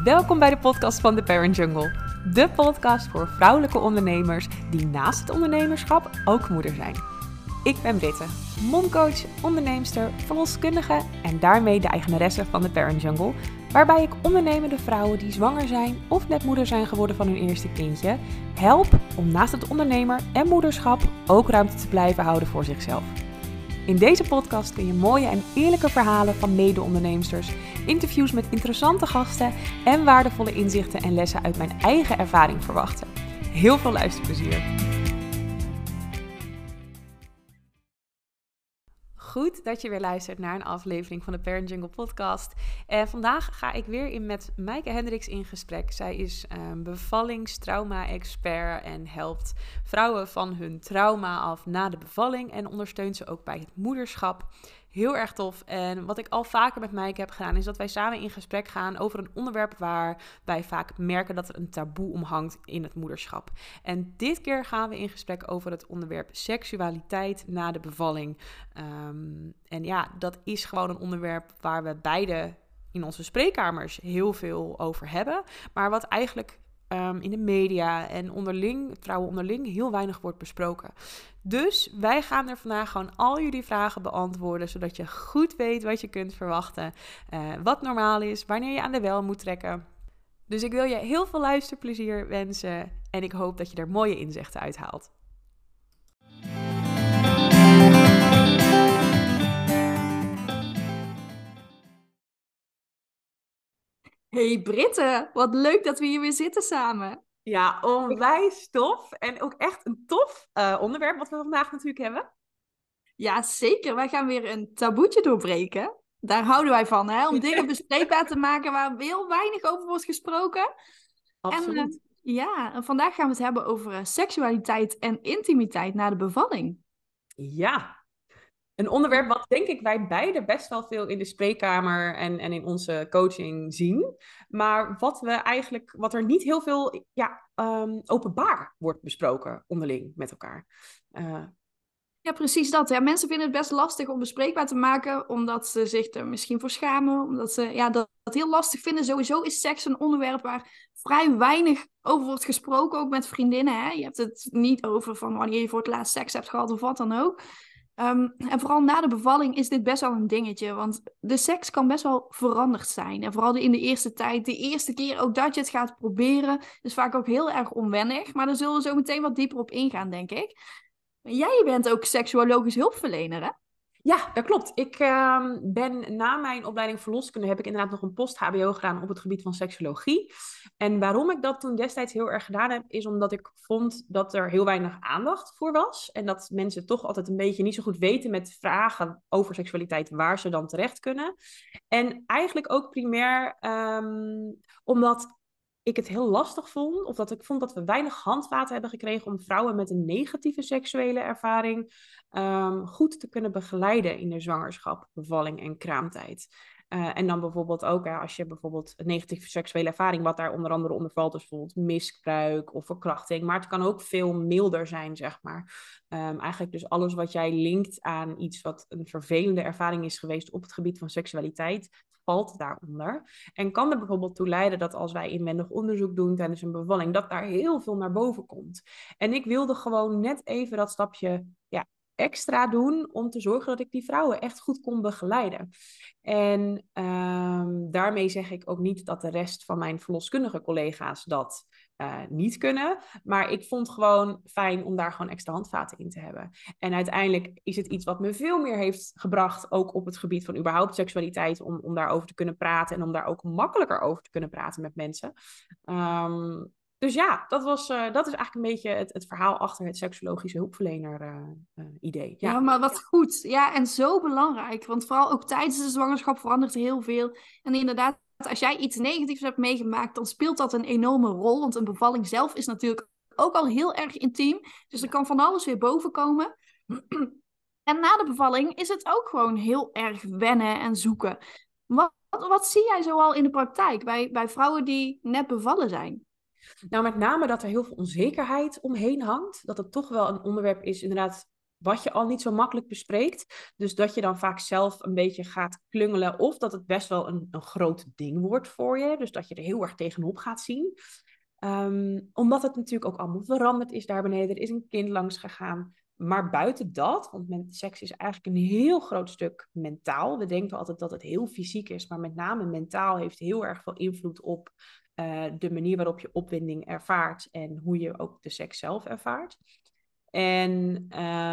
Welkom bij de podcast van The Parent Jungle. De podcast voor vrouwelijke ondernemers die naast het ondernemerschap ook moeder zijn. Ik ben Britte, momcoach, onderneemster, verloskundige en daarmee de eigenaresse van The Parent Jungle, waarbij ik ondernemende vrouwen die zwanger zijn of net moeder zijn geworden van hun eerste kindje, help om naast het ondernemer en moederschap ook ruimte te blijven houden voor zichzelf. In deze podcast kun je mooie en eerlijke verhalen van mede-onderneemsters, interviews met interessante gasten en waardevolle inzichten en lessen uit mijn eigen ervaring verwachten. Heel veel luisterplezier! Goed dat je weer luistert naar een aflevering van de Parent Jungle podcast. En vandaag ga ik weer met Maaike Hendricks in gesprek. Zij is bevallingstrauma-expert en helpt vrouwen van hun trauma af na de bevalling. En ondersteunt ze ook bij het moederschap. Heel erg tof. En wat ik al vaker met Maaike heb gedaan, is dat wij samen in gesprek gaan over een onderwerp waar wij vaak merken dat er een taboe omhangt in het moederschap. En dit keer gaan we in gesprek over het onderwerp seksualiteit na de bevalling. En ja, dat is gewoon een onderwerp waar we beide in onze spreekkamers heel veel over hebben. Maar wat eigenlijk in de media en vrouwen onderling heel weinig wordt besproken. Dus wij gaan er vandaag gewoon al jullie vragen beantwoorden, zodat je goed weet wat je kunt verwachten, wat normaal is, wanneer je aan de bel moet trekken. Dus ik wil je heel veel luisterplezier wensen en ik hoop dat je er mooie inzichten uit haalt. Hey Britte, wat leuk dat we hier weer zitten samen. Ja, onwijs tof. En ook echt een tof onderwerp wat we vandaag natuurlijk hebben. Ja, zeker. Wij gaan weer een taboetje doorbreken. Daar houden wij van, hè? Om dingen bespreekbaar te maken waar heel weinig over wordt gesproken. Absoluut. En vandaag gaan we het hebben over seksualiteit en intimiteit na de bevalling. Ja, een onderwerp wat denk ik wij beide best wel veel in de spreekkamer en in onze coaching zien. Maar wat er niet heel veel openbaar wordt besproken onderling met elkaar. Ja, precies dat. Ja, mensen vinden het best lastig om bespreekbaar te maken, omdat ze zich er misschien voor schamen. Omdat ze dat heel lastig vinden. Sowieso is seks een onderwerp waar vrij weinig over wordt gesproken, ook met vriendinnen. Hè? Je hebt het niet over van wanneer je voor het laatst seks hebt gehad of wat dan ook. En vooral na de bevalling is dit best wel een dingetje. Want de seks kan best wel veranderd zijn. En vooral in de eerste tijd, de eerste keer ook dat je het gaat proberen, is vaak ook heel erg onwennig. Maar daar zullen we zo meteen wat dieper op ingaan, denk ik. Jij bent ook seksuologisch hulpverlener, hè? Ja, dat klopt. Ik ben na mijn opleiding verloskunde heb ik inderdaad nog een post-HBO gedaan op het gebied van seksologie. En waarom ik dat toen destijds heel erg gedaan heb, is omdat ik vond dat er heel weinig aandacht voor was. En dat mensen toch altijd een beetje niet zo goed weten met vragen over seksualiteit waar ze dan terecht kunnen. En eigenlijk ook primair omdat ik het heel lastig vond, of dat ik vond dat we weinig handvaten hebben gekregen om vrouwen met een negatieve seksuele ervaring goed te kunnen begeleiden in de zwangerschap, bevalling en kraamtijd. En dan bijvoorbeeld ook als je bijvoorbeeld een negatieve seksuele ervaring, wat daar onder andere onder valt, dus bijvoorbeeld misbruik of verkrachting, maar het kan ook veel milder zijn, zeg maar. Eigenlijk dus alles wat jij linkt aan iets wat een vervelende ervaring is geweest op het gebied van seksualiteit, valt daaronder. En kan er bijvoorbeeld toe leiden dat als wij inwendig onderzoek doen tijdens een bevalling, dat daar heel veel naar boven komt. En ik wilde gewoon net even dat stapje extra doen om te zorgen dat ik die vrouwen echt goed kon begeleiden. En daarmee zeg ik ook niet dat de rest van mijn verloskundige collega's dat niet kunnen. Maar ik vond gewoon fijn om daar gewoon extra handvaten in te hebben. En uiteindelijk is het iets wat me veel meer heeft gebracht, ook op het gebied van überhaupt seksualiteit, om daarover te kunnen praten en om daar ook makkelijker over te kunnen praten met mensen. Dus ja, dat is eigenlijk een beetje het verhaal achter het seksologische hulpverlener idee. Ja, maar wat goed. Ja, en zo belangrijk. Want vooral ook tijdens de zwangerschap verandert er heel veel. En inderdaad, als jij iets negatiefs hebt meegemaakt, dan speelt dat een enorme rol. Want een bevalling zelf is natuurlijk ook al heel erg intiem. Dus er kan van alles weer boven komen. En na de bevalling is het ook gewoon heel erg wennen en zoeken. Wat zie jij zoal in de praktijk bij vrouwen die net bevallen zijn? Nou, met name dat er heel veel onzekerheid omheen hangt. Dat het toch wel een onderwerp is, inderdaad, wat je al niet zo makkelijk bespreekt. Dus dat je dan vaak zelf een beetje gaat klungelen of dat het best wel een groot ding wordt voor je. Dus dat je er heel erg tegenop gaat zien. Omdat het natuurlijk ook allemaal veranderd is daar beneden. Er is een kind langs gegaan. Maar buiten dat, want seks is eigenlijk een heel groot stuk mentaal. We denken altijd dat het heel fysiek is, maar met name mentaal heeft heel erg veel invloed op de manier waarop je opwinding ervaart en hoe je ook de seks zelf ervaart. En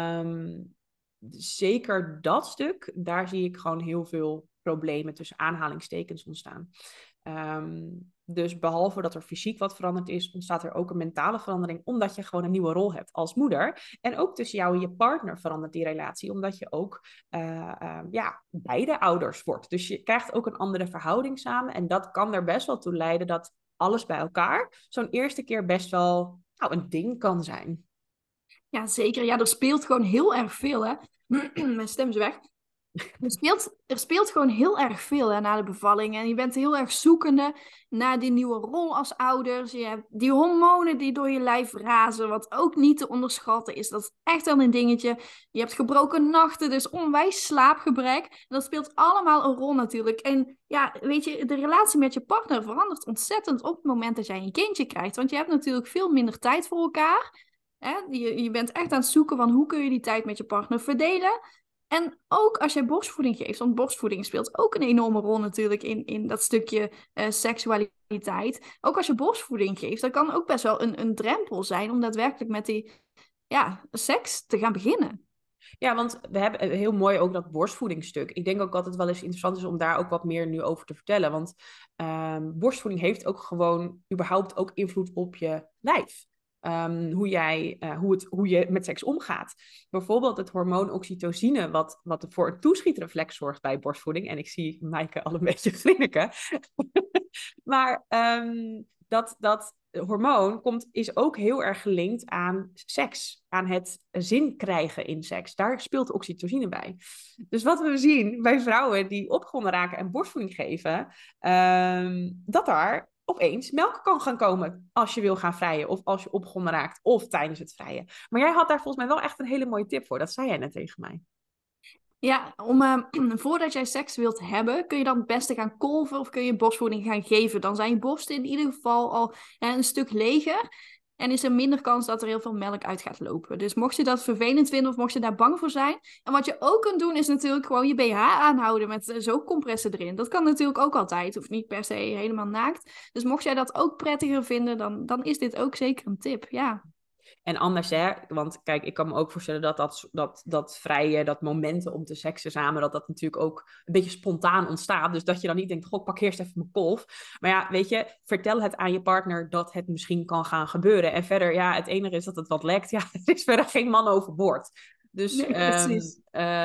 zeker dat stuk, daar zie ik gewoon heel veel problemen tussen aanhalingstekens ontstaan. Dus behalve dat er fysiek wat veranderd is, ontstaat er ook een mentale verandering, omdat je gewoon een nieuwe rol hebt als moeder. En ook tussen jou en je partner verandert die relatie, omdat je ook beide ouders wordt. Dus je krijgt ook een andere verhouding samen. En dat kan er best wel toe leiden dat alles bij elkaar zo'n eerste keer best wel een ding kan zijn. Ja, zeker. Ja, er speelt gewoon heel erg veel, hè. Mijn stem is weg. Er speelt gewoon heel erg veel hè, na de bevalling. En je bent heel erg zoekende naar die nieuwe rol als ouders. Je hebt die hormonen die door je lijf razen, wat ook niet te onderschatten is. Dat is echt wel een dingetje. Je hebt gebroken nachten, dus onwijs slaapgebrek. En dat speelt allemaal een rol natuurlijk. En ja, weet je, de relatie met je partner verandert ontzettend op het moment dat jij een kindje krijgt. Want je hebt natuurlijk veel minder tijd voor elkaar. Hè? Je bent echt aan het zoeken van hoe kun je die tijd met je partner verdelen. En ook als jij borstvoeding geeft, want borstvoeding speelt ook een enorme rol natuurlijk in dat stukje seksualiteit. Ook als je borstvoeding geeft, dat kan ook best wel een drempel zijn om daadwerkelijk met die seks te gaan beginnen. Ja, want we hebben heel mooi ook dat borstvoedingsstuk. Ik denk ook dat het wel eens interessant is om daar ook wat meer nu over te vertellen. Want borstvoeding heeft ook gewoon überhaupt ook invloed op je lijf. Hoe je met seks omgaat. Bijvoorbeeld het hormoon oxytocine, wat voor een toeschietreflex zorgt bij borstvoeding. En ik zie Maaike al een beetje grinniken. Maar dat hormoon is ook heel erg gelinkt aan seks. Aan het zin krijgen in seks. Daar speelt oxytocine bij. Dus wat we zien bij vrouwen die opgewonden raken en borstvoeding geven, dat daar opeens melk kan gaan komen als je wil gaan vrijen of als je opgewonden raakt of tijdens het vrijen. Maar jij had daar volgens mij wel echt een hele mooie tip voor. Dat zei jij net tegen mij. Ja, voordat jij seks wilt hebben, kun je dan het beste gaan kolven of kun je borstvoeding gaan geven. Dan zijn je borsten in ieder geval al een stuk leger. En is er minder kans dat er heel veel melk uit gaat lopen. Dus mocht je dat vervelend vinden of mocht je daar bang voor zijn. En wat je ook kunt doen is natuurlijk gewoon je BH aanhouden met zoogcompressen erin. Dat kan natuurlijk ook altijd. Of niet per se helemaal naakt. Dus mocht jij dat ook prettiger vinden, dan is dit ook zeker een tip. Ja. En anders, hè, want kijk, ik kan me ook voorstellen dat vrije, dat momenten om te seksen samen, dat natuurlijk ook een beetje spontaan ontstaat. Dus dat je dan niet denkt, goh, ik pak eerst even mijn kolf. Maar ja, weet je, vertel het aan je partner dat het misschien kan gaan gebeuren. En verder, ja, het enige is dat het wat lekt. Ja, er is verder geen man overboord. Dus Nee, precies.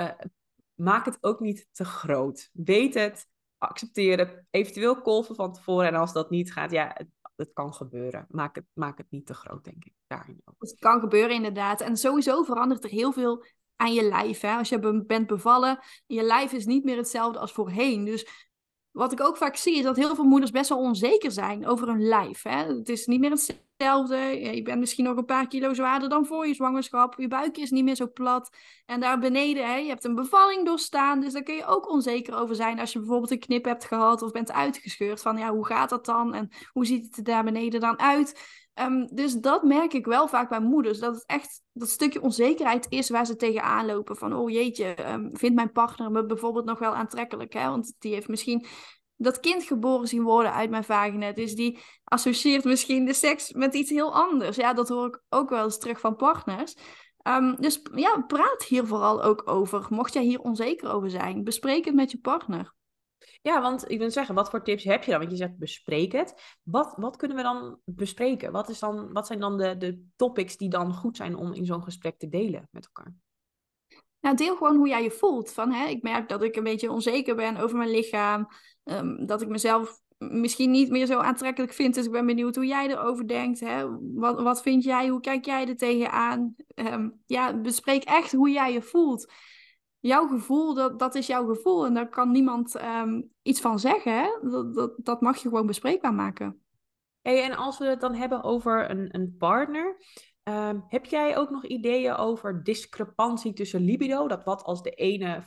maak het ook niet te groot. Weet het, accepteer het, eventueel kolven van tevoren. En als dat niet gaat, ja, het kan gebeuren. Maak het niet te groot, denk ik. Daarin ook. Het kan gebeuren inderdaad. En sowieso verandert er heel veel aan je lijf. Hè? Als je bent bevallen, je lijf is niet meer hetzelfde als voorheen. Dus wat ik ook vaak zie, is dat heel veel moeders best wel onzeker zijn over hun lijf. Hè? Het is niet meer hetzelfde. Je bent misschien nog een paar kilo zwaarder dan voor je zwangerschap. Je buikje is niet meer zo plat. En daar beneden, hè, je hebt een bevalling doorstaan. Dus daar kun je ook onzeker over zijn als je bijvoorbeeld een knip hebt gehad of bent uitgescheurd. Van ja, hoe gaat dat dan? En hoe ziet het er daar beneden dan uit? Dus dat merk ik wel vaak bij moeders. Dat het echt dat stukje onzekerheid is waar ze tegenaan lopen. Van, oh jeetje, vindt mijn partner me bijvoorbeeld nog wel aantrekkelijk? Hè? Want die heeft misschien dat kind geboren zien worden uit mijn vagina. Dus die associeert misschien de seks met iets heel anders. Ja, dat hoor ik ook wel eens terug van partners. Dus ja, praat hier vooral ook over. Mocht jij hier onzeker over zijn, bespreek het met je partner. Ja, want ik wil zeggen, wat voor tips heb je dan? Want je zegt bespreek het. Wat kunnen we dan bespreken? Wat zijn dan de topics die dan goed zijn om in zo'n gesprek te delen met elkaar? Nou, deel gewoon hoe jij je voelt. Van, hè, ik merk dat ik een beetje onzeker ben over mijn lichaam. Dat ik mezelf misschien niet meer zo aantrekkelijk vind. Dus ik ben benieuwd hoe jij erover denkt. Hè? Wat vind jij? Hoe kijk jij er tegenaan? Ja, bespreek echt hoe jij je voelt. Jouw gevoel, dat is jouw gevoel. En daar kan niemand iets van zeggen. Hè? Dat mag je gewoon bespreekbaar maken. Hey, en als we het dan hebben over een partner, Heb jij ook nog ideeën over discrepantie tussen libido? Dat wat als de ene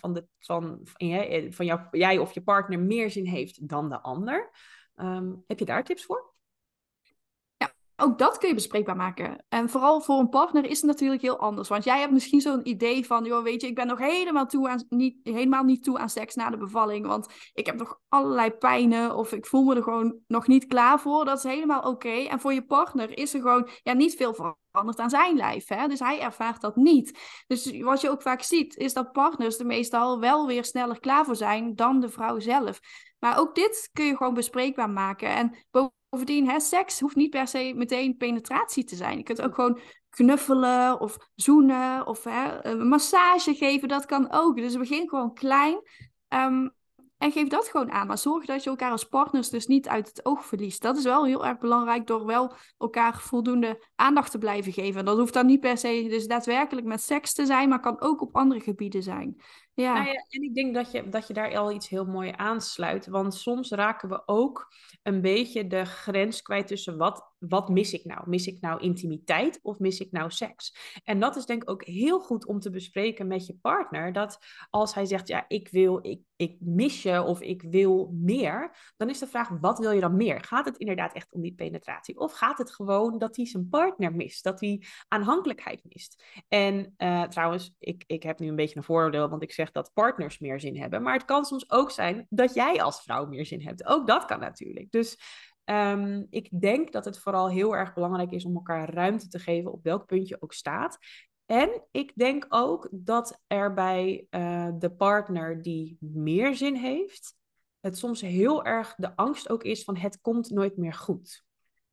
van jij of je partner meer zin heeft dan de ander? Heb je daar tips voor? Ja, ook dat kun je bespreekbaar maken. En vooral voor een partner is het natuurlijk heel anders. Want jij hebt misschien zo'n idee van, joh, weet je, ik ben nog helemaal niet toe aan seks na de bevalling. Want ik heb nog allerlei pijnen of ik voel me er gewoon nog niet klaar voor. Dat is helemaal oké. En voor je partner is er gewoon niet veel veranderd aan zijn lijf. Hè? Dus hij ervaart dat niet. Dus wat je ook vaak ziet, is dat partners er meestal wel weer sneller klaar voor zijn dan de vrouw zelf. Maar ook dit kun je gewoon bespreekbaar maken. En bovendien, hè, seks hoeft niet per se meteen penetratie te zijn. Je kunt ook gewoon knuffelen of zoenen of een massage geven. Dat kan ook. Dus begin gewoon klein. Um, en geef dat gewoon aan. Maar zorg dat je elkaar als partners dus niet uit het oog verliest. Dat is wel heel erg belangrijk door wel elkaar voldoende aandacht te blijven geven. En dat hoeft dan niet per se dus daadwerkelijk met seks te zijn, maar kan ook op andere gebieden zijn. Nou Ja. ja, en ik denk dat je daar al iets heel mooi aansluit. Want soms raken we ook een beetje de grens kwijt tussen wat mis ik nou? Mis ik nou intimiteit of mis ik nou seks? En dat is denk ik ook heel goed om te bespreken met je partner. Dat als hij zegt, ja, ik mis je of ik wil meer. Dan is de vraag, wat wil je dan meer? Gaat het inderdaad echt om die penetratie? Of gaat het gewoon dat hij zijn partner mist? Dat hij aanhankelijkheid mist? En trouwens, ik heb nu een beetje een vooroordeel, want ik zeg dat partners meer zin hebben. Maar het kan soms ook zijn dat jij als vrouw meer zin hebt. Ook dat kan natuurlijk. Dus ik denk dat het vooral heel erg belangrijk is om elkaar ruimte te geven op welk punt je ook staat. En ik denk ook dat er bij de partner die meer zin heeft, het soms heel erg de angst ook is van het komt nooit meer goed.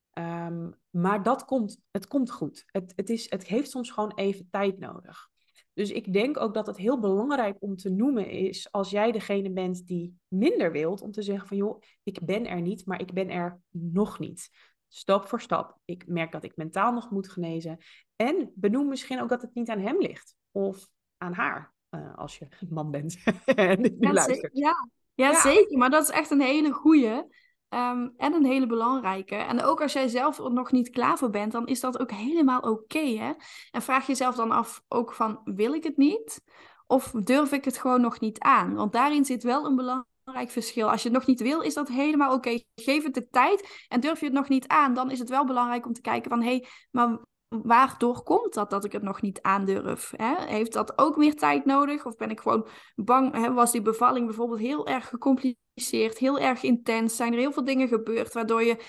Maar het komt goed. Het heeft soms gewoon even tijd nodig. Dus ik denk ook dat het heel belangrijk om te noemen is, als jij degene bent die minder wilt, om te zeggen van joh, ik ben er niet, maar ik ben er nog niet. Stap voor stap. Ik merk dat ik mentaal nog moet genezen. En benoem misschien ook dat het niet aan hem ligt. Of aan haar, als je een man bent en dit nu Ja, luistert. ja, Ja, zeker. Maar dat is echt een hele goeie. En een hele belangrijke. En ook als jij zelf er nog niet klaar voor bent, dan is dat ook helemaal oké, hè? En vraag jezelf dan af ook van, wil ik het niet? Of durf ik het gewoon nog niet aan? Want daarin zit wel een belangrijk verschil. Als je het nog niet wil, is dat helemaal oké. Geef het de tijd en durf je het nog niet aan, dan is het wel belangrijk om te kijken van, hé, maar waardoor komt dat ik het nog niet aandurf? Hè? Heeft dat ook meer tijd nodig? Of ben ik gewoon bang? Hè? Was die bevalling bijvoorbeeld heel erg gecompliceerd, heel erg intens? Zijn er heel veel dingen gebeurd waardoor je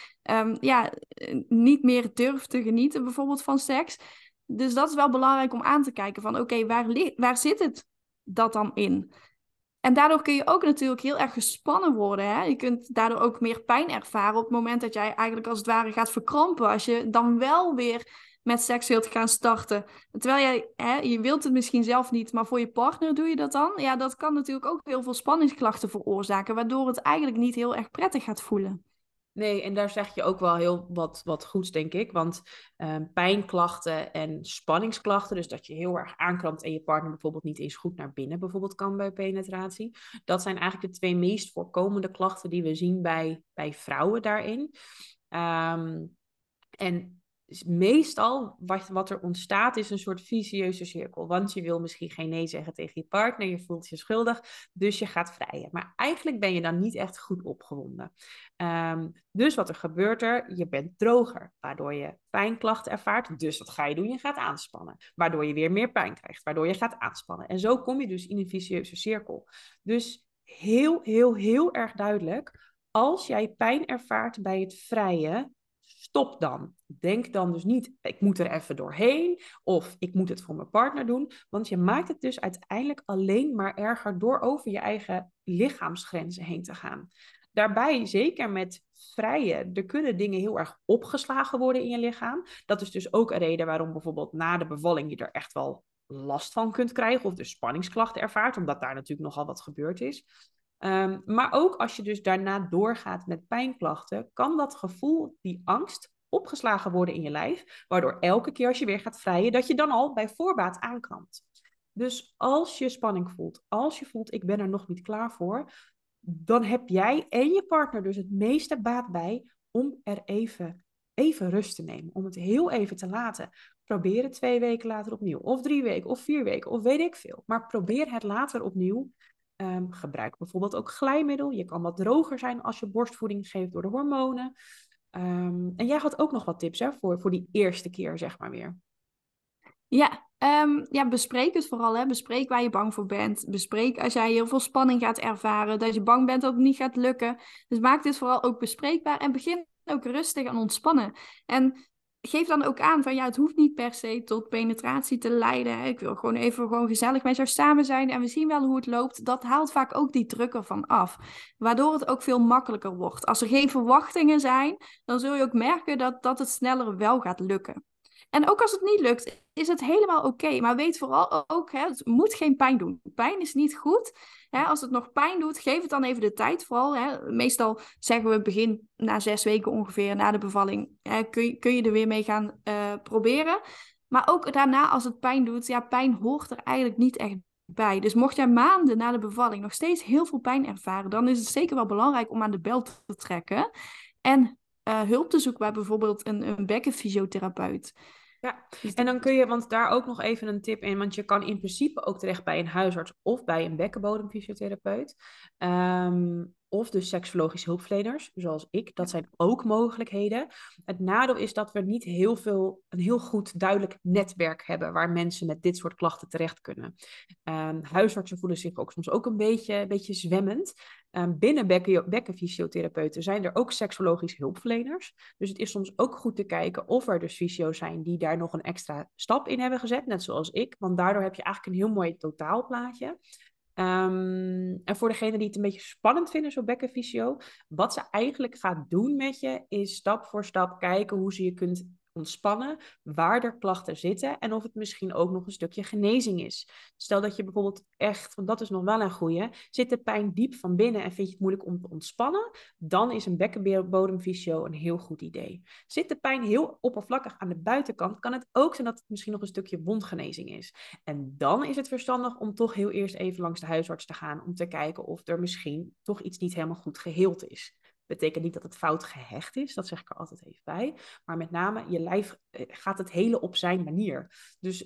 niet meer durft te genieten bijvoorbeeld van seks? Dus dat is wel belangrijk om aan te kijken van oké, waar zit het dat dan in? En daardoor kun je ook natuurlijk heel erg gespannen worden. Hè? Je kunt daardoor ook meer pijn ervaren op het moment dat jij eigenlijk als het ware gaat verkrampen. Als je dan wel weer met seks wilt gaan starten. Terwijl je wilt het misschien zelf niet, maar voor je partner doe je dat dan. Ja, dat kan natuurlijk ook heel veel spanningsklachten veroorzaken, waardoor het eigenlijk niet heel erg prettig gaat voelen. Nee, en daar zeg je ook wel heel wat goeds, denk ik. Want pijnklachten en spanningsklachten, dus dat je heel erg aanklampt en je partner bijvoorbeeld niet eens goed naar binnen bijvoorbeeld kan bij penetratie. Dat zijn eigenlijk de twee meest voorkomende klachten die we zien bij vrouwen daarin. En meestal wat er ontstaat is een soort vicieuze cirkel. Want je wil misschien geen nee zeggen tegen je partner, je voelt je schuldig, dus je gaat vrijen. Maar eigenlijk ben je dan niet echt goed opgewonden. Dus wat er gebeurt er? Je bent droger, waardoor je pijnklachten ervaart. Dus wat ga je doen? Je gaat aanspannen. Waardoor je weer meer pijn krijgt, waardoor je gaat aanspannen. En zo kom je dus in een vicieuze cirkel. Dus heel, heel, heel erg duidelijk. Als jij pijn ervaart bij het vrijen, stop dan. Denk dan dus niet, ik moet er even doorheen of ik moet het voor mijn partner doen. Want je maakt het dus uiteindelijk alleen maar erger door over je eigen lichaamsgrenzen heen te gaan. Daarbij, zeker met vrijen, er kunnen dingen heel erg opgeslagen worden in je lichaam. Dat is dus ook een reden waarom bijvoorbeeld na de bevalling je er echt wel last van kunt krijgen of de spanningsklachten ervaart, omdat daar natuurlijk nogal wat gebeurd is. Maar ook als je dus daarna doorgaat met pijnklachten, kan dat gevoel, die angst, opgeslagen worden in je lijf, waardoor elke keer als je weer gaat vrijen, dat je dan al bij voorbaat aanklampt. Dus als je spanning voelt, als je voelt, ik ben er nog niet klaar voor, dan heb jij en je partner dus het meeste baat bij om er even rust te nemen, om het heel even te laten. probeer het 2 weken later opnieuw. Of 3 weken, of 4 weken, of weet ik veel. Maar probeer het later opnieuw. Gebruik bijvoorbeeld ook glijmiddel. Je kan wat droger zijn als je borstvoeding geeft door de hormonen. En jij had ook nog wat tips, hè, voor die eerste keer, zeg maar weer. Ja, bespreek het vooral. Hè. Bespreek waar je bang voor bent. Bespreek als jij heel veel spanning gaat ervaren, dat je bang bent dat het niet gaat lukken. Dus maak dit vooral ook bespreekbaar en begin ook rustig en ontspannen. En geef dan ook aan van ja, het hoeft niet per se tot penetratie te leiden. Hè. Ik wil gewoon even gewoon gezellig met jou samen zijn en we zien wel hoe het loopt. Dat haalt vaak ook die druk ervan af. Waardoor het ook veel makkelijker wordt. Als er geen verwachtingen zijn, dan zul je ook merken dat het sneller wel gaat lukken. En ook als het niet lukt, is het helemaal oké. Maar weet vooral ook, hè, het moet geen pijn doen. Pijn is niet goed. Hè, als het nog pijn doet, geef het dan even de tijd vooral. Hè. Meestal zeggen we begin na 6 weken ongeveer na de bevalling. Hè, kun je er weer mee gaan proberen. Maar ook daarna als het pijn doet, ja, pijn hoort er eigenlijk niet echt bij. Dus mocht jij maanden na de bevalling nog steeds heel veel pijn ervaren, dan is het zeker wel belangrijk om aan de bel te trekken. En hulp te zoeken bij bijvoorbeeld een bekkenfysiotherapeut. Ja, en dan kun je, want daar ook nog even een tip in, want je kan in principe ook terecht bij een huisarts of bij een bekkenbodemfysiotherapeut. Of dus seksologische hulpverleners, zoals ik. Dat zijn ook mogelijkheden. Het nadeel is dat we niet een heel goed duidelijk netwerk hebben waar mensen met dit soort klachten terecht kunnen. Huisartsen voelen zich ook soms ook een beetje zwemmend. Binnen bekkenfysiotherapeuten zijn er ook seksologische hulpverleners. Dus het is soms ook goed te kijken of er dus fysio's zijn die daar nog een extra stap in hebben gezet, net zoals ik. Want daardoor heb je eigenlijk een heel mooi totaalplaatje. En voor degene die het een beetje spannend vinden, zo'n bekkenfysio, wat ze eigenlijk gaat doen met je, is stap voor stap kijken hoe ze je kunt ontspannen, waar er klachten zitten en of het misschien ook nog een stukje genezing is. Stel dat je bijvoorbeeld echt, want dat is nog wel een goeie, zit de pijn diep van binnen en vind je het moeilijk om te ontspannen, dan is een bekkenbodemfysio een heel goed idee. Zit de pijn heel oppervlakkig aan de buitenkant, kan het ook zijn dat het misschien nog een stukje wondgenezing is. En dan is het verstandig om toch heel eerst even langs de huisarts te gaan om te kijken of er misschien toch iets niet helemaal goed geheeld is. Betekent niet dat het fout gehecht is, dat zeg ik er altijd even bij. Maar met name, je lijf gaat het hele op zijn manier. Dus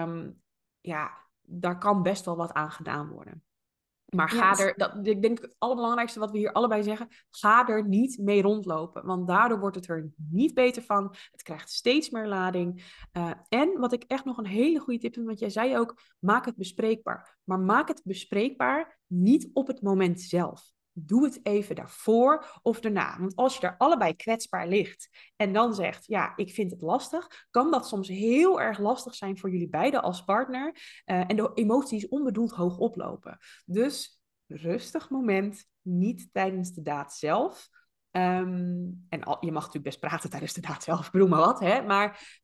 daar kan best wel wat aan gedaan worden. Maar ik denk het allerbelangrijkste wat we hier allebei zeggen, ga er niet mee rondlopen. Want daardoor wordt het er niet beter van. Het krijgt steeds meer lading. En wat ik echt nog een hele goede tip vind, want jij zei ook, maak het bespreekbaar. Maar maak het bespreekbaar niet op het moment zelf. Doe het even daarvoor of daarna. Want als je daar allebei kwetsbaar ligt en dan zegt, ja, ik vind het lastig, kan dat soms heel erg lastig zijn voor jullie beiden als partner. En de emoties onbedoeld hoog oplopen. Dus rustig moment, niet tijdens de daad zelf. Je mag natuurlijk best praten tijdens de daad zelf, ik bedoel maar wat. Hè? Maar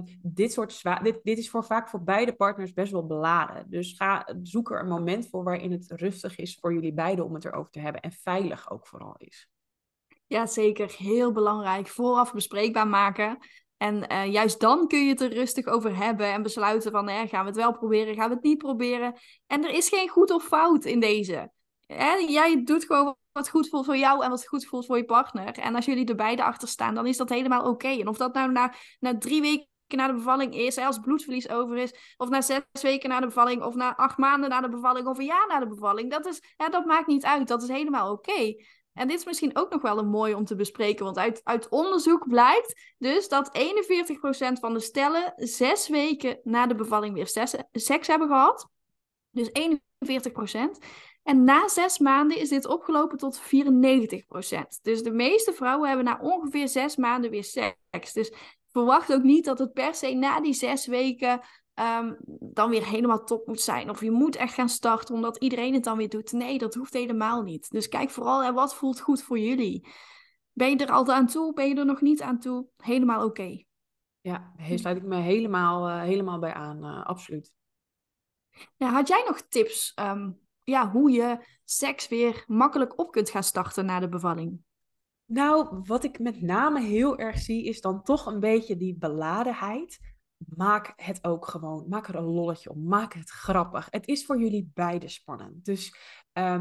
dit is vaak voor beide partners best wel beladen. Dus zoek er een moment voor waarin het rustig is voor jullie beiden om het erover te hebben. En veilig ook vooral is. Ja, zeker. Heel belangrijk. Vooraf bespreekbaar maken. En juist dan kun je het er rustig over hebben en besluiten van, gaan we het wel proberen, gaan we het niet proberen. En er is geen goed of fout in deze. Jij doet gewoon wat goed voelt voor jou en wat goed voelt voor je partner. En als jullie er beide achter staan, dan is dat helemaal oké. En of dat nou na 3 weken na de bevalling is, als bloedverlies over is, of na 6 weken na de bevalling, of na 8 maanden na de bevalling, of een jaar na de bevalling, dat maakt niet uit. Dat is helemaal oké. En dit is misschien ook nog wel een mooie om te bespreken, want uit onderzoek blijkt dus dat 41% van de stellen 6 weken na de bevalling weer seks hebben gehad. Dus 41%. En na 6 maanden is dit opgelopen tot 94%. Dus de meeste vrouwen hebben na ongeveer 6 maanden weer seks. Dus verwacht ook niet dat het per se na die 6 weken dan weer helemaal top moet zijn. Of je moet echt gaan starten omdat iedereen het dan weer doet. Nee, dat hoeft helemaal niet. Dus kijk vooral, wat voelt goed voor jullie? Ben je er al aan toe? Ben je er nog niet aan toe? Helemaal oké. Ja, daar sluit ik me helemaal bij aan. Absoluut. Ja, had jij nog tips hoe je seks weer makkelijk op kunt gaan starten na de bevalling? Nou, wat ik met name heel erg zie, is dan toch een beetje die beladenheid. Maak het ook gewoon. Maak er een lolletje om. Maak het grappig. Het is voor jullie beiden spannend. Dus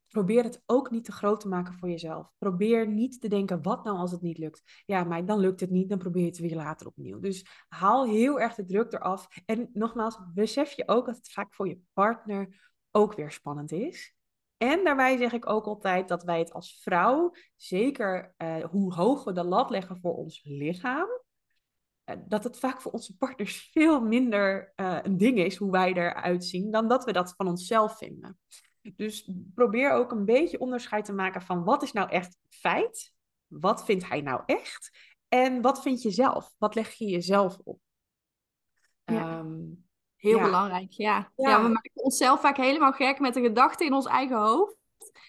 probeer het ook niet te groot te maken voor jezelf. Probeer niet te denken, wat nou als het niet lukt? Ja, maar dan lukt het niet, dan probeer je het weer later opnieuw. Dus haal heel erg de druk eraf. En nogmaals, besef je ook dat het vaak voor je partner ook weer spannend is. En daarbij zeg ik ook altijd dat wij het als vrouw, zeker hoe hoog we de lat leggen voor ons lichaam, dat het vaak voor onze partners veel minder een ding is hoe wij eruit zien, dan dat we dat van onszelf vinden. Dus probeer ook een beetje onderscheid te maken van wat is nou echt feit? Wat vindt hij nou echt? En wat vind je zelf? Wat leg je jezelf op? Ja. Um, Heel ja, belangrijk, ja. Ja, we ja, maken onszelf vaak helemaal gek met de gedachten in ons eigen hoofd.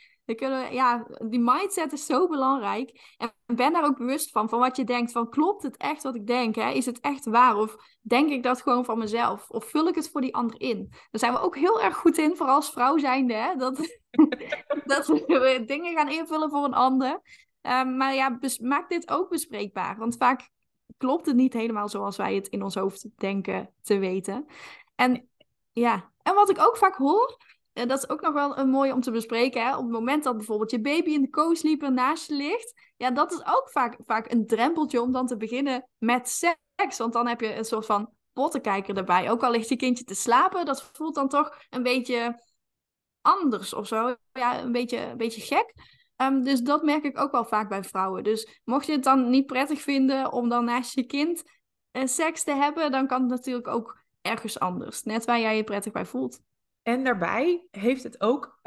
Ja, die mindset is zo belangrijk. En ben daar ook bewust van wat je denkt. Van, klopt het echt wat ik denk? Hè? Is het echt waar? Of denk ik dat gewoon van mezelf? Of vul ik het voor die ander in? Daar zijn we ook heel erg goed in, vooral als vrouw zijnde. Hè? Dat we dingen gaan invullen voor een ander. Maar ja, maak dit ook bespreekbaar. Want vaak klopt het niet helemaal zoals wij het in ons hoofd denken te weten. En ja, en wat ik ook vaak hoor, dat is ook nog wel een mooie om te bespreken. Hè? Op het moment dat bijvoorbeeld je baby in de co-sleeper naast je ligt, ja, dat is ook vaak een drempeltje om dan te beginnen met seks. Want dan heb je een soort van pottenkijker erbij. Ook al ligt je kindje te slapen, dat voelt dan toch een beetje anders of zo. Ja, een beetje gek. Dus dat merk ik ook wel vaak bij vrouwen. Dus mocht je het dan niet prettig vinden om dan naast je kind seks te hebben, dan kan het natuurlijk ook ergens anders. Net waar jij je prettig bij voelt. en daarbij heeft het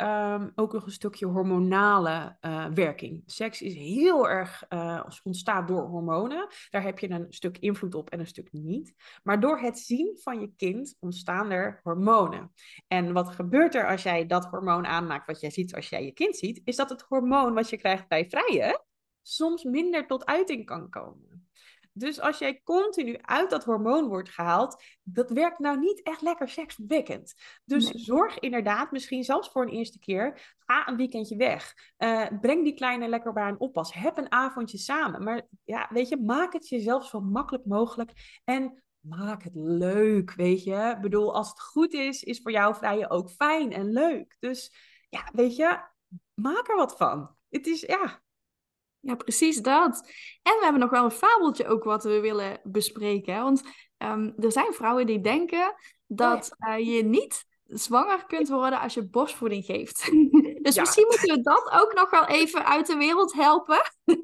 ook nog een stukje hormonale werking. Seks is heel erg ontstaat door hormonen. Daar heb je een stuk invloed op en een stuk niet. Maar door het zien van je kind ontstaan er hormonen. En wat gebeurt er als jij dat hormoon aanmaakt, wat jij ziet als jij je kind ziet, is dat het hormoon wat je krijgt bij vrijen soms minder tot uiting kan komen. Dus als jij continu uit dat hormoon wordt gehaald, dat werkt nou niet echt lekker sekswekkend. Dus Nee. zorg inderdaad, misschien zelfs voor een eerste keer, ga een weekendje weg. Breng die kleine lekker bij een oppas. Heb een avondje samen. Maar ja, weet je, maak het jezelf zo makkelijk mogelijk. En maak het leuk, weet je. Ik bedoel, als het goed is voor jou vrije ook fijn en leuk. Dus ja, weet je, maak er wat van. Het is, ja, Ja, precies dat. En we hebben nog wel een fabeltje ook wat we willen bespreken. Hè? Want er zijn vrouwen die denken oh ja. dat je niet zwanger kunt worden als je borstvoeding geeft. Dus Ja, misschien moeten we dat ook nog wel even uit de wereld helpen.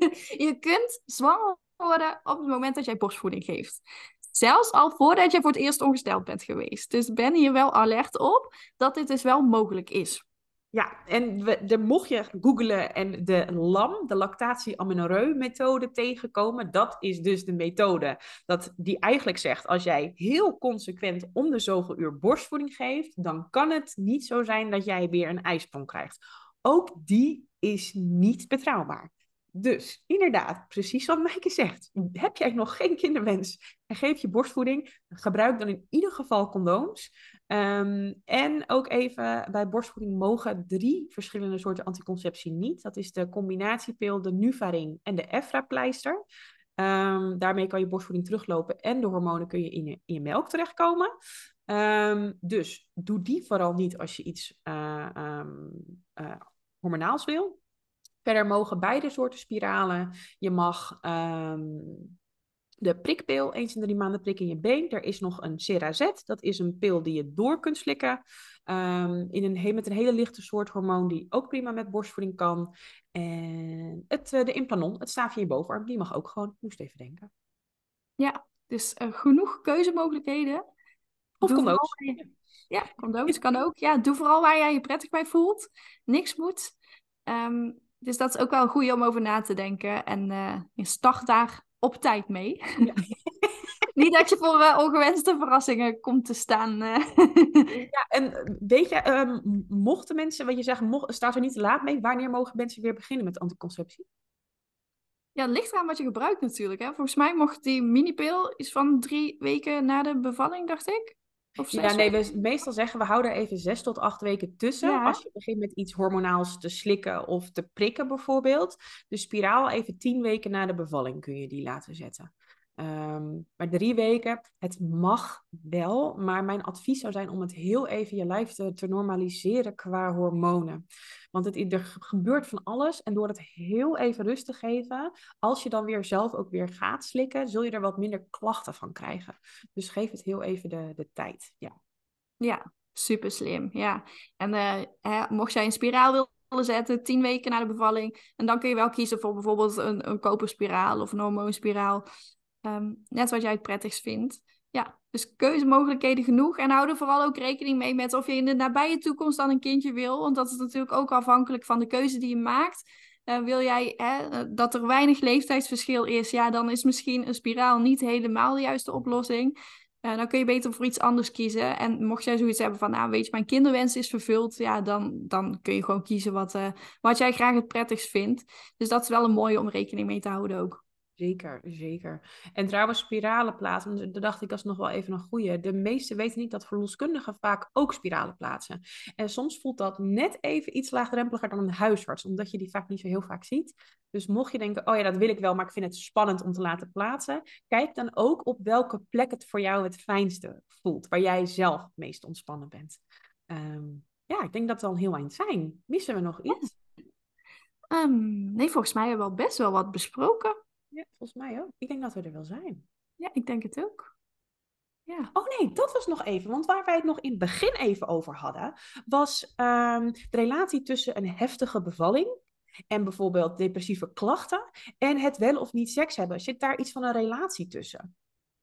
Je kunt zwanger worden op het moment dat jij borstvoeding geeft. Zelfs al voordat je voor het eerst ongesteld bent geweest. Dus ben hier wel alert op dat dit dus wel mogelijk is. ja, en mocht je googlen en de LAM, de lactatie-amenorrheu-methode tegenkomen, dat is dus de methode die eigenlijk zegt, als jij heel consequent om de zoveel uur borstvoeding geeft, dan kan het niet zo zijn dat jij weer een ijsprong krijgt. Ook die is niet betrouwbaar. Dus inderdaad, precies wat Maaike zegt. Heb jij nog geen kinderwens en geef je borstvoeding, gebruik dan in ieder geval condooms. En ook even, bij borstvoeding mogen 3 verschillende soorten anticonceptie niet. Dat is de combinatiepil, de Nuvaring en de Effra-pleister. Daarmee kan je borstvoeding teruglopen en de hormonen kun je in je melk terechtkomen. Dus doe die vooral niet als je iets hormonaals wil. Verder mogen beide soorten spiralen. Je mag de prikpil eens in de 3 maanden prikken in je been. Er is nog een Cerazet. Dat is een pil die je door kunt slikken. Met een hele lichte soort hormoon die ook prima met borstvoeding kan. En de Implanon, het staafje in je bovenarm, die mag ook gewoon. Ik moest even denken. Ja, dus genoeg keuzemogelijkheden. Of Doe vooral condooms. ja, condooms kan ook. Ja, doe vooral waar jij je prettig bij voelt. Niks moet. Dus dat is ook wel een goede om over na te denken. En je start daar op tijd mee. Ja. Niet dat je voor ongewenste verrassingen komt te staan. Ja, en weet je, mochten mensen, wat je zegt, staat er niet te laat mee, wanneer mogen mensen weer beginnen met anticonceptie? Ja, het ligt eraan wat je gebruikt natuurlijk. Hè. Volgens mij mocht die minipil is van 3 weken na de bevalling, dacht ik. Of Ja, 6 nee, weken. we meestal zeggen we houden er even 6 tot 8 weken tussen. Ja, hè? Als je begint met iets hormonaals te slikken of te prikken bijvoorbeeld. De spiraal even 10 weken na de bevalling kun je die laten zetten. Maar 3 weken, het mag wel, maar mijn advies zou zijn om het heel even je lijf te normaliseren qua hormonen. Want er gebeurt van alles en door het heel even rust te geven, als je dan weer zelf ook weer gaat slikken, zul je er wat minder klachten van krijgen. Dus geef het heel even de tijd. Ja. Ja, super slim. Ja. En mocht jij een spiraal willen zetten, 10 weken na de bevalling, en dan kun je wel kiezen voor bijvoorbeeld een koperspiraal of een hormoonspiraal. Net wat jij het prettigst vindt. Ja, dus keuzemogelijkheden genoeg. En hou er vooral ook rekening mee met of je in de nabije toekomst dan een kindje wil. Want dat is natuurlijk ook afhankelijk van de keuze die je maakt. Wil jij dat er weinig leeftijdsverschil is, ja, dan is misschien een spiraal niet helemaal de juiste oplossing. Dan kun je beter voor iets anders kiezen. En mocht jij zoiets hebben van, nou weet je, mijn kinderwens is vervuld, ja, dan kun je gewoon kiezen wat jij graag het prettigst vindt. Dus dat is wel een mooie om rekening mee te houden ook. Zeker, zeker. En trouwens, spiralen plaatsen, daar dacht ik als nog wel even een goeie. De meesten weten niet dat verloskundigen vaak ook spiralen plaatsen. En soms voelt dat net even iets laagdrempeliger dan een huisarts, omdat je die vaak niet zo heel vaak ziet. Dus mocht je denken, oh ja, dat wil ik wel, maar ik vind het spannend om te laten plaatsen, kijk dan ook op welke plek het voor jou het fijnste voelt, waar jij zelf het meest ontspannen bent. Ja, ik denk dat we al heel eind zijn. Missen we nog iets? Nee, volgens mij hebben we al best wel wat besproken. Ja, volgens mij ook. Ik denk dat we er wel zijn. Ja, ik denk het ook. Ja. Oh nee, dat was nog even. Want waar wij het nog in het begin even over hadden, was de relatie tussen een heftige bevalling en bijvoorbeeld depressieve klachten en het wel of niet seks hebben. Zit daar iets van een relatie tussen?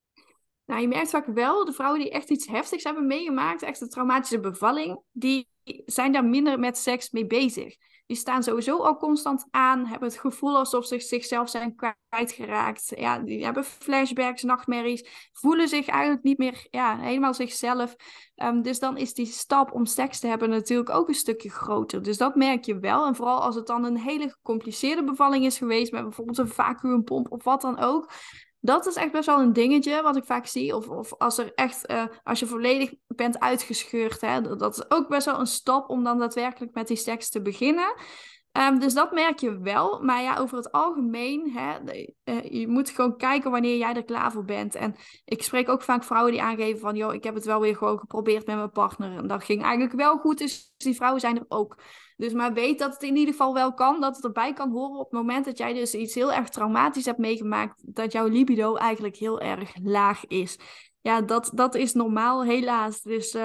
Nou, je merkt vaak wel, de vrouwen die echt iets heftigs hebben meegemaakt, echt een traumatische bevalling, die zijn daar minder met seks mee bezig. Die staan sowieso al constant aan, hebben het gevoel alsof ze zichzelf zijn kwijtgeraakt. Ja, die hebben flashbacks, nachtmerries, voelen zich eigenlijk niet meer helemaal zichzelf. Dus dan is die stap om seks te hebben natuurlijk ook een stukje groter. Dus dat merk je wel. En vooral als het dan een hele gecompliceerde bevalling is geweest, met bijvoorbeeld een vacuümpomp of wat dan ook. Dat is echt best wel een dingetje wat ik vaak zie. Of als er echt, als je volledig bent uitgescheurd, hè, dat is ook best wel een stap om dan daadwerkelijk met die seks te beginnen. Dus dat merk je wel. Maar ja, over het algemeen, hè, je moet gewoon kijken wanneer jij er klaar voor bent. En ik spreek ook vaak vrouwen die aangeven van, joh, ik heb het wel weer gewoon geprobeerd met mijn partner. En dat ging eigenlijk wel goed, dus die vrouwen zijn er ook. Dus maar weet dat het in ieder geval wel kan, dat het erbij kan horen op het moment dat jij dus iets heel erg traumatisch hebt meegemaakt, dat jouw libido eigenlijk heel erg laag is. Ja, dat is normaal, helaas. Dus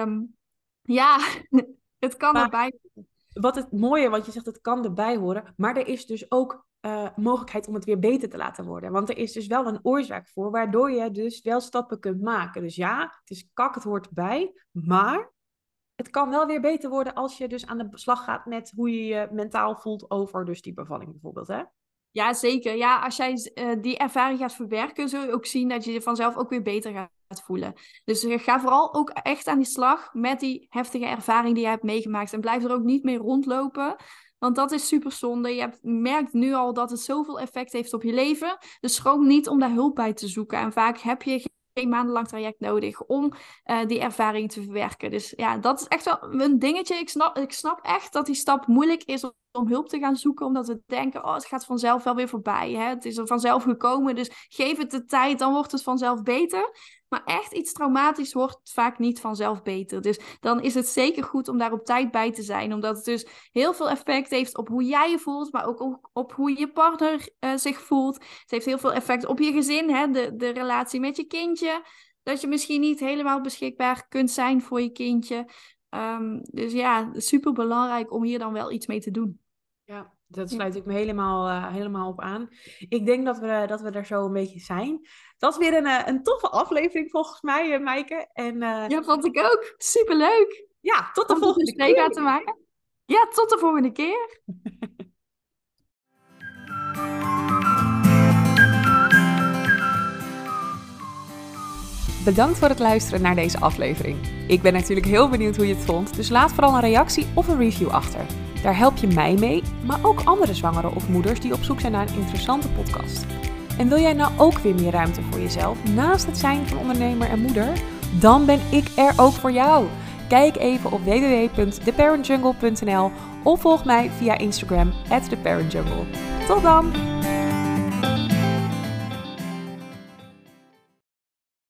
ja, het kan erbij. Wat het mooie, want je zegt het kan erbij horen, maar er is dus ook mogelijkheid om het weer beter te laten worden. Want er is dus wel een oorzaak voor, waardoor je dus wel stappen kunt maken. Dus ja, het is kak, het hoort erbij, maar het kan wel weer beter worden als je dus aan de slag gaat met hoe je je mentaal voelt over dus die bevalling bijvoorbeeld, hè? Ja, zeker. Ja, als jij die ervaring gaat verwerken, zul je ook zien dat je je vanzelf ook weer beter gaat voelen. Dus ga vooral ook echt aan die slag met die heftige ervaring die je hebt meegemaakt. En blijf er ook niet mee rondlopen. Want dat is super zonde. Je merkt nu al dat het zoveel effect heeft op je leven. Dus schroom niet om daar hulp bij te zoeken. En vaak heb je geen maandenlang traject nodig om die ervaring te verwerken. Dus ja, dat is echt wel een dingetje. Ik snap echt dat die stap moeilijk is om hulp te gaan zoeken, omdat we denken, oh, het gaat vanzelf wel weer voorbij. Hè? Het is er vanzelf gekomen, dus geef het de tijd, dan wordt het vanzelf beter. Maar echt iets traumatisch wordt vaak niet vanzelf beter. Dus dan is het zeker goed om daar op tijd bij te zijn, omdat het dus heel veel effect heeft op hoe jij je voelt, maar ook op hoe je partner zich voelt. Het heeft heel veel effect op je gezin, hè? De relatie met je kindje. Dat je misschien niet helemaal beschikbaar kunt zijn voor je kindje. Dus ja, super belangrijk om hier dan wel iets mee te doen. Ja, dat sluit ik me helemaal op aan. Ik denk dat we er zo een beetje zijn. Dat was weer een toffe aflevering volgens mij, Maaike. En, ja, vond ik ook. Superleuk. Ja, tot de volgende keer. Te maken. Ja, tot de volgende keer. Bedankt voor het luisteren naar deze aflevering. Ik ben natuurlijk heel benieuwd hoe je het vond, dus laat vooral een reactie of een review achter. Daar help je mij mee, maar ook andere zwangeren of moeders die op zoek zijn naar een interessante podcast. En wil jij nou ook weer meer ruimte voor jezelf, naast het zijn van ondernemer en moeder? Dan ben ik er ook voor jou. Kijk even op www.theparentjungle.nl of volg mij via Instagram @theparentjungle. Tot dan!